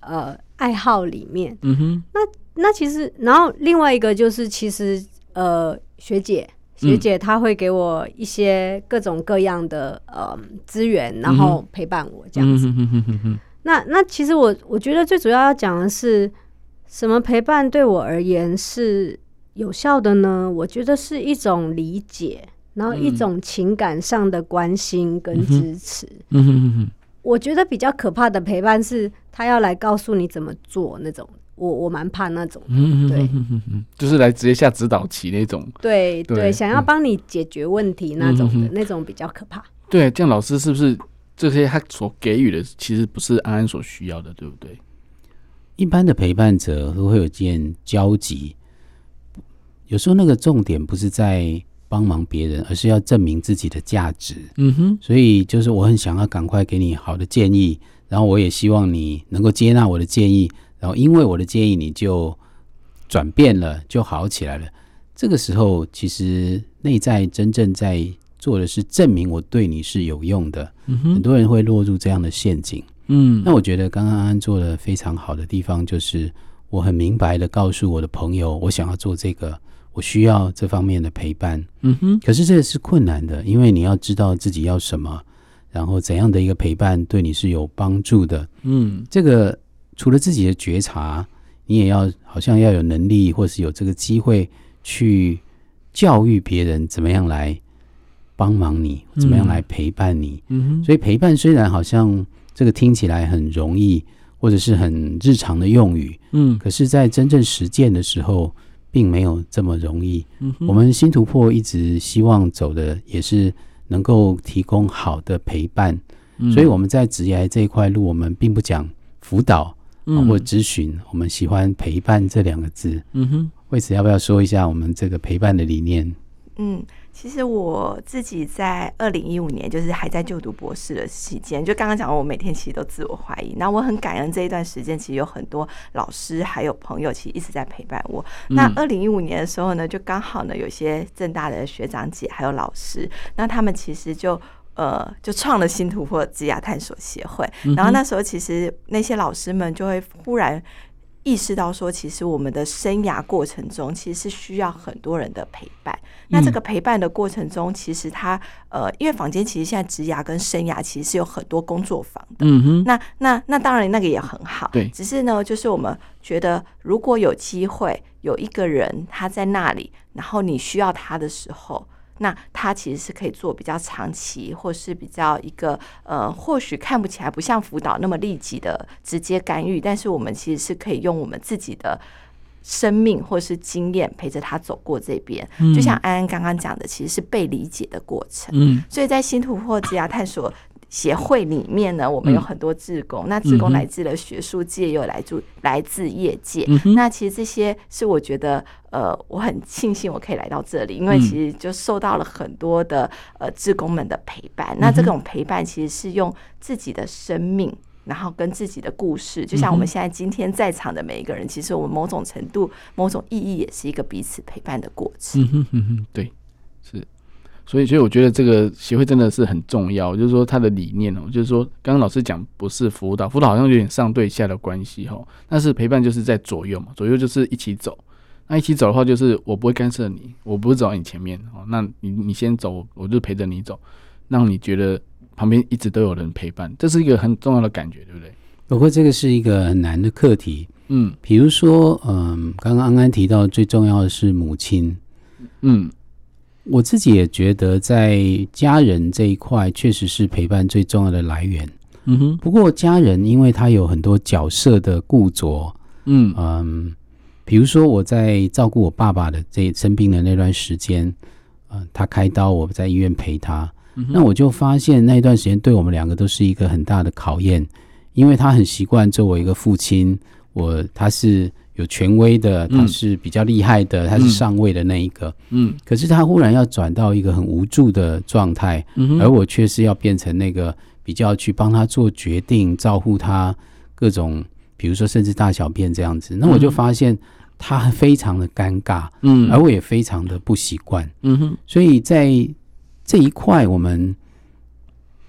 S4: 爱好里面。那其实，然后另外一个就是其实学姐她会给我一些各种各样的资源，然后陪伴我这样子。那其实我觉得最主要讲的是什么陪伴对我而言是有效的呢？我觉得是一种理解，然后一种情感上的关心跟支持。我觉得比较可怕的陪伴是他要来告诉你怎么做那种，我蛮怕那种。对，
S2: 就是来直接下指导棋那种。
S4: 对，想要帮你解决问题那种的，那种比较可怕。
S2: 对，这样老师是不是这些他所给予的其实不是安安所需要的，对不对？
S3: 一般的陪伴者都会有件交集，有时候那个重点不是在帮忙别人，而是要证明自己的价值。所以就是我很想要赶快给你好的建议，然后我也希望你能够接纳我的建议，然后因为我的建议你就转变了，就好起来了。这个时候其实内在真正在做的是证明我对你是有用的。很多人会落入这样的陷阱。那我觉得刚刚安安做的非常好的地方就是我很明白的告诉我的朋友，我想要做这个，我需要这方面的陪伴。可是这是困难的，因为你要知道自己要什么，然后怎样的一个陪伴对你是有帮助的。这个除了自己的觉察，你也要好像要有能力或是有这个机会去教育别人怎么样来帮忙你，怎么样来陪伴你。所以陪伴虽然好像这个听起来很容易，或者是很日常的用语，可是在真正实践的时候并没有这么容易。我们新突破一直希望走的也是能够提供好的陪伴，所以我们在职涯这一块路，我们并不讲辅导或咨询，我们喜欢陪伴这两个字。惠慈要不要说一下我们这个陪伴的理念？
S5: 其实我自己在2015年就是还在就读博士的期间，就刚刚讲我每天其实都自我怀疑，那我很感恩这一段时间其实有很多老师还有朋友其实一直在陪伴我。那2015年的时候呢，就刚好呢有些政大的学长姐还有老师，那他们其实就创了新突破职涯探索协会，然后那时候其实那些老师们就会忽然意识到说，其实我们的生涯过程中其实是需要很多人的陪伴。那这个陪伴的过程中，其实它因为坊间其实现在职涯跟生涯其实是有很多工作坊的。那当然那个也很好，对。只是呢，就是我们觉得如果有机会有一个人他在那里，然后你需要他的时候，那他其实是可以做比较长期，或是比较一个或许看不起来不像辅导那么立即的直接干预，但是我们其实是可以用我们自己的生命或是经验陪着他走过这边。就像安安刚刚讲的，其实是被理解的过程。所以在新突破职涯探索协会里面呢，我们有很多志工，那志工来自了学术界，又来自业界。那其实这些是我觉得我很庆幸我可以来到这里，因为其实就受到了很多的志工们的陪伴。那这种陪伴其实是用自己的生命，然后跟自己的故事，就像我们现在今天在场的每一个人，其实我们某种程度、某种意义也是一个彼此陪伴的过程。
S2: 对，是。所以我觉得这个协会真的是很重要，就是说它的理念就是说刚刚老师讲不是辅导好像有点上对下的关系但是陪伴就是在左右嘛，左右就是一起走。那一起走的话，就是我不会干涉你，我不会走在你前面那你先走，我就陪着你走，让你觉得旁边一直都有人陪伴，这是一个很重要的感觉，对不对？
S3: 不过这个是一个很难的课题。比如说刚刚安安提到最重要的是母亲。我自己也觉得在家人这一块确实是陪伴最重要的来源。不过家人因为他有很多角色的固着，比如说我在照顾我爸爸的生病的那段时间，他开刀，我在医院陪他，那我就发现那段时间对我们两个都是一个很大的考验，因为他很习惯作为一个父亲，他是有权威的，他是比较厉害的，他是上位的那一个，可是他忽然要转到一个很无助的状态，而我却是要变成那个比较去帮他做决定，照顾他各种，比如说甚至大小便这样子，那我就发现他非常的尴尬，而我也非常的不习惯，所以在这一块我们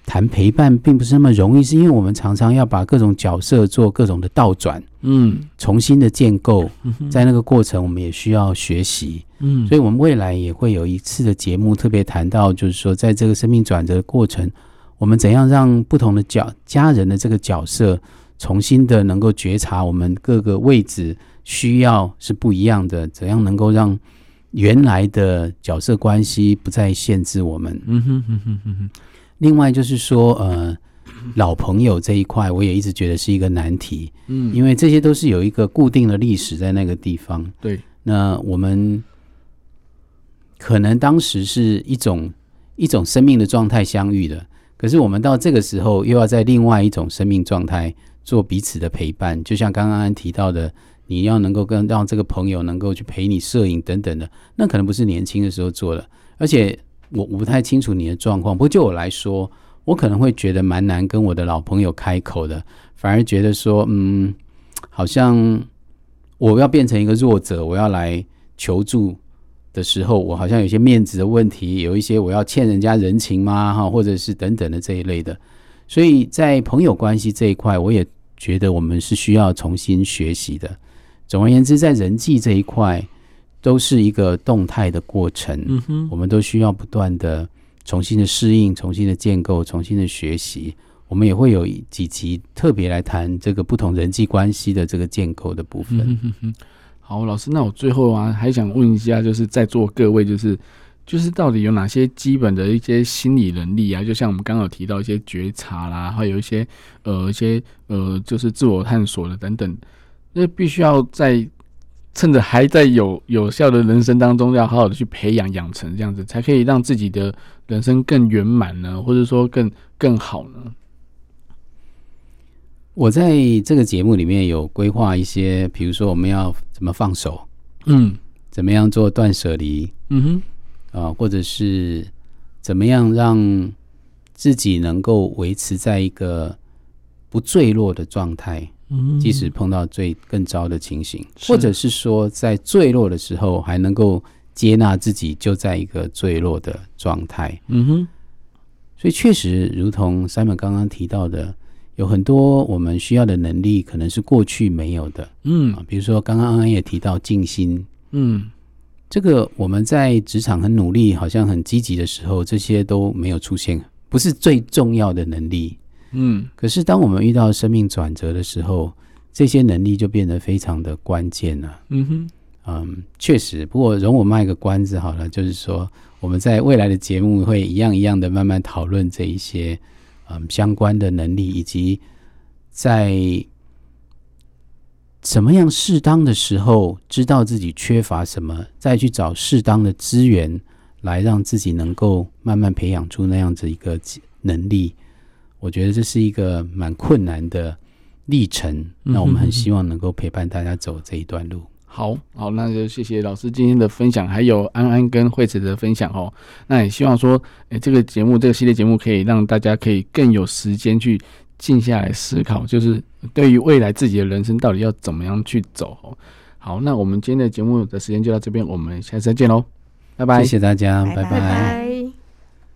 S3: 谈陪伴并不是那么容易，是因为我们常常要把各种角色做各种的倒转，重新的建构，在那个过程我们也需要学习，所以我们未来也会有一次的节目特别谈到，就是说在这个生命转折的过程，我们怎样让不同的家人的这个角色重新的能够觉察我们各个位置需要是不一样的，怎样能够让原来的角色关系不再限制我们。另外就是说老朋友这一块我也一直觉得是一个难题，因为这些都是有一个固定的历史在那个地方。
S2: 对，
S3: 那我们可能当时是一种生命的状态相遇的，可是我们到这个时候又要在另外一种生命状态做彼此的陪伴，就像刚刚提到的，你要能够让这个朋友能够去陪你摄影等等的，那可能不是年轻的时候做的。而且我不太清楚你的状况，不过就我来说，我可能会觉得蛮难跟我的老朋友开口的，反而觉得说好像我要变成一个弱者，我要来求助的时候，我好像有些面子的问题，有一些我要欠人家人情吗，或者是等等的这一类的。所以在朋友关系这一块，我也觉得我们是需要重新学习的。总而言之，在人际这一块都是一个动态的过程，我们都需要不断的重新的适应，重新的建构，重新的学习。我们也会有几集特别来谈这个不同人际关系的这个建构的部分。
S2: 好，老师，那我最后还想问一下，就是在座各位就是到底有哪些基本的一些心理能力啊？就像我们刚刚有提到一些觉察啦，还有一些就是自我探索的等等，那必须要趁着还在有效的人生当中，要好好的去培养成，这样子才可以让自己的人生更圆满呢，或者说更好呢？
S3: 我在这个节目里面有规划一些，比如说我们要怎么放手，怎么样做断舍离，或者是怎么样让自己能够维持在一个不坠落的状态，即使碰到更糟的情形，或者是说在坠落的时候还能够接纳自己就在一个坠落的状态。所以确实如同 Simon 刚刚提到的，有很多我们需要的能力可能是过去没有的，比如说刚刚安安也提到静心，这个我们在职场很努力好像很积极的时候，这些都没有出现，不是最重要的能力。可是当我们遇到生命转折的时候，这些能力就变得非常的关键了。确实，不过容我卖个关子好了，就是说我们在未来的节目会一样一样的慢慢讨论这一些相关的能力，以及在什么样适当的时候知道自己缺乏什么，再去找适当的资源来让自己能够慢慢培养出那样子一个能力。我觉得这是一个蛮困难的历程，那我们很希望能够陪伴大家走这一段路。
S2: 好，那就谢谢老师今天的分享，还有安安跟惠慈的分享哦。那也希望说，这个系列节目可以让大家可以更有时间去静下来思考，就是对于未来自己的人生到底要怎么样去走哦。好，那我们今天的节目的时间就到这边，我们下次再见喽，拜拜，
S3: 谢谢大家，拜拜。